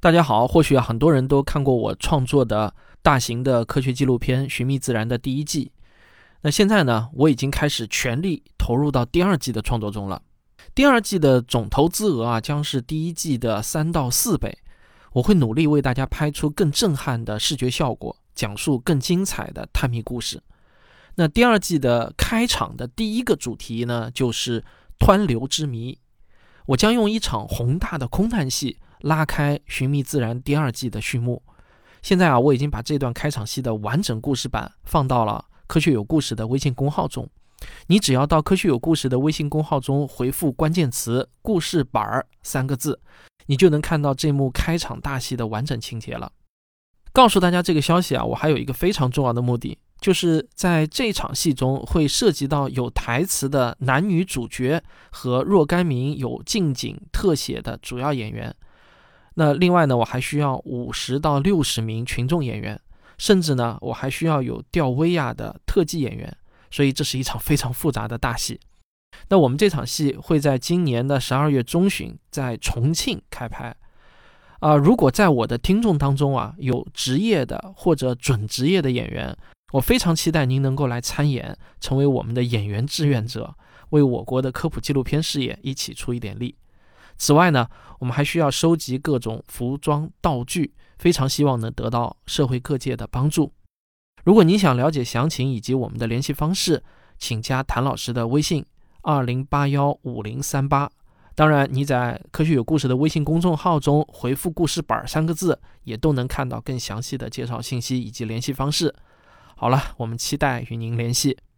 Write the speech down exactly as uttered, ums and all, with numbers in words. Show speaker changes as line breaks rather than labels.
大家好，或许很多人都看过我创作的大型的科学纪录片《寻觅自然》的第一季。那现在呢，我已经开始全力投入到第二季的创作中了。第二季的总投资额啊，将是第一季的三到四倍。我会努力为大家拍出更震撼的视觉效果，讲述更精彩的探秘故事。那第二季的开场的第一个主题呢，就是湍流之谜。我将用一场宏大的空难戏拉开《寻觅自然》第二季的序幕。现在啊，我已经把这段开场戏的完整故事版放到了科学有故事的微信公号中。你只要到科学有故事的微信公号中回复关键词故事板三个字，你就能看到这幕开场大戏的完整情节了。告诉大家这个消息啊，我还有一个非常重要的目的，就是在这场戏中会涉及到有台词的男女主角和若干名有近景特写的主要演员。那另外呢，我还需要五十到六十名群众演员，甚至呢，我还需要有吊威亚的特技演员，所以这是一场非常复杂的大戏。那我们这场戏会在今年的十二月中旬在重庆开拍。啊、呃，如果在我的听众当中啊有职业的或者准职业的演员，我非常期待您能够来参演，成为我们的演员志愿者，为我国的科普纪录片事业一起出一点力。此外呢，我们还需要收集各种服装道具，非常希望能得到社会各界的帮助。如果您想了解详情以及我们的联系方式，请加谭老师的微信二零八一五零三八。当然，你在科学有故事的微信公众号中回复故事板三个字，也都能看到更详细的介绍信息以及联系方式。好了，我们期待与您联系。